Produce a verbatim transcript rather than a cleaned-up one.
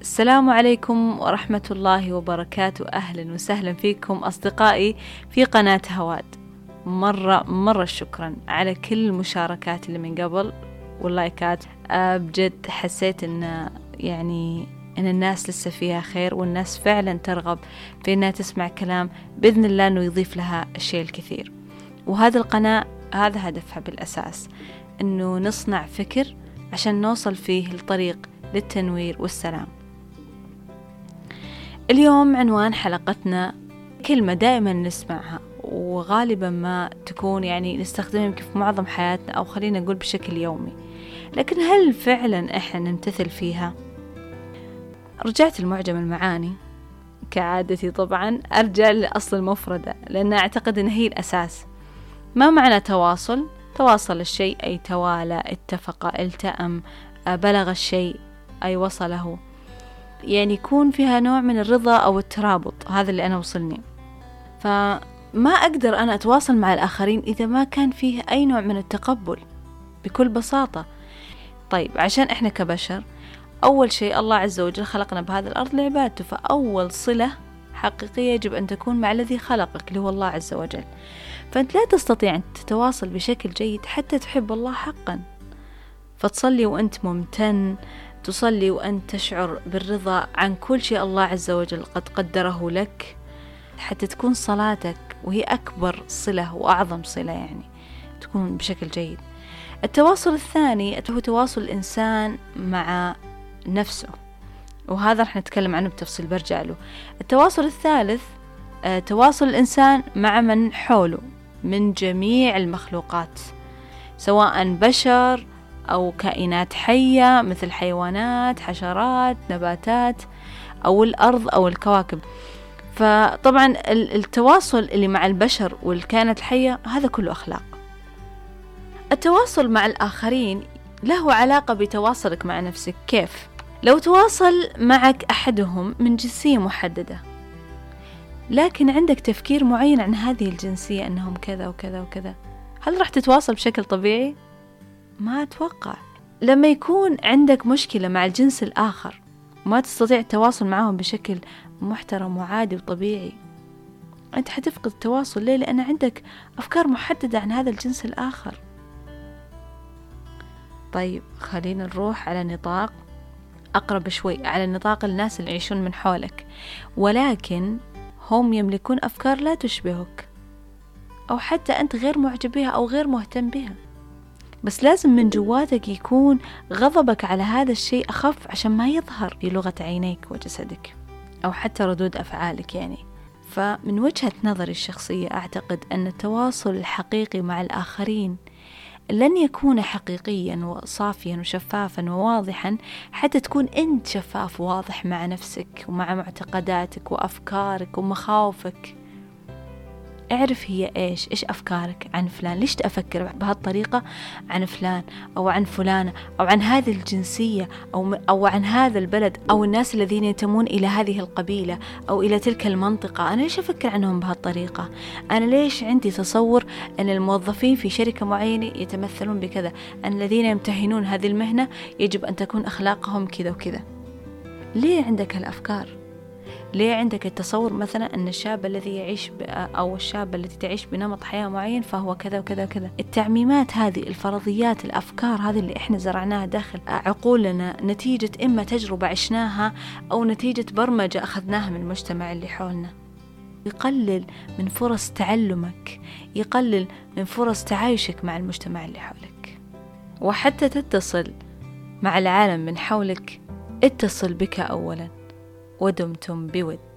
السلام عليكم ورحمة الله وبركاته. أهلا وسهلا فيكم أصدقائي في قناة هواد. مرة مرة شكرا على كل المشاركات اللي من قبل واللايكات. بجد حسيت إن يعني إن الناس لسه فيها خير، والناس فعلا ترغب في إنها تسمع كلام بإذن الله إنه يضيف لها الشيء الكثير. وهذا القناة هذا هدفها بالأساس، إنه نصنع فكر عشان نوصل فيه لطريق للتنوير والسلام. اليوم عنوان حلقتنا كلمة دائما نسمعها وغالبا ما تكون يعني نستخدمها يمكن في معظم حياتنا، أو خلينا نقول بشكل يومي، لكن هل فعلا إحنا نمتثل فيها؟ رجعت المعجم المعاني كعادتي، طبعا أرجع لأصل المفردة لأن أعتقد أن هي الأساس. ما معنى تواصل؟ تواصل الشيء أي توالى، اتفق، التأم، بلغ الشيء أي وصله، يعني يكون فيها نوع من الرضا أو الترابط. هذا اللي أنا وصلني. فما أقدر أنا أتواصل مع الآخرين إذا ما كان فيه أي نوع من التقبل بكل بساطة. طيب، عشان إحنا كبشر أول شيء الله عز وجل خلقنا بهذا الأرض لعبادته، فأول صلة حقيقية يجب أن تكون مع الذي خلقك اللي هو الله عز وجل. فأنت لا تستطيع أن تتواصل بشكل جيد حتى تحب الله حقا، فتصلي وأنت ممتن، تصلي وأنت تشعر بالرضا عن كل شيء الله عز وجل قد قدره لك، حتى تكون صلاتك وهي أكبر صلة وأعظم صلة يعني تكون بشكل جيد. التواصل الثاني هو تواصل الإنسان مع نفسه، وهذا رح نتكلم عنه بتفصيل برجع له. التواصل الثالث تواصل الإنسان مع من حوله من جميع المخلوقات، سواء بشر أو كائنات حية مثل حيوانات، حشرات، نباتات، أو الأرض أو الكواكب. فطبعا التواصل اللي مع البشر والكائنات الحية هذا كله أخلاق. التواصل مع الآخرين له علاقة بتواصلك مع نفسك. كيف؟ لو تواصل معك أحدهم من جنسية محددة، لكن عندك تفكير معين عن هذه الجنسية أنهم كذا وكذا وكذا، هل راح تتواصل بشكل طبيعي؟ ما أتوقع. لما يكون عندك مشكلة مع الجنس الآخر ما تستطيع التواصل معهم بشكل محترم وعادي وطبيعي، أنت حتفقد التواصل. ليه؟ لأن عندك أفكار محددة عن هذا الجنس الآخر. طيب، خلينا نروح على نطاق أقرب شوي، على نطاق الناس اللي يعيشون من حولك، ولكن هم يملكون أفكار لا تشبهك، أو حتى أنت غير معجب بها أو غير مهتم بها، بس لازم من جواتك يكون غضبك على هذا الشيء أخف عشان ما يظهر في لغة عينيك وجسدك أو حتى ردود أفعالك يعني. فمن وجهة نظري الشخصية أعتقد أن التواصل الحقيقي مع الآخرين لن يكون حقيقيا وصافيا وشفافا وواضحا حتى تكون أنت شفاف وواضح مع نفسك ومع معتقداتك وأفكارك ومخاوفك. اعرف هي إيش إيش أفكارك عن فلان، ليش تفكر بهالطريقة عن فلان أو عن فلانة أو عن هذه الجنسية أو أو عن هذا البلد أو الناس الذين ينتمون إلى هذه القبيلة أو إلى تلك المنطقة. أنا ليش أفكر عنهم بهالطريقة؟ أنا ليش عندي تصور أن الموظفين في شركة معينة يتمثلون بكذا، أن الذين يمتهنون هذه المهنة يجب أن تكون أخلاقهم كذا وكذا؟ ليه عندك هالأفكار؟ ليه عندك التصور مثلا أن الشاب الذي يعيش أو الشاب التي تعيش بنمط حياة معين فهو كذا وكذا وكذا؟ التعميمات هذه، الفرضيات، الأفكار هذه اللي إحنا زرعناها داخل عقولنا نتيجة إما تجربة عشناها أو نتيجة برمجة أخذناها من المجتمع اللي حولنا، يقلل من فرص تعلمك، يقلل من فرص تعايشك مع المجتمع اللي حولك. وحتى تتصل مع العالم من حولك اتصل بك أولا، ودمتم بود.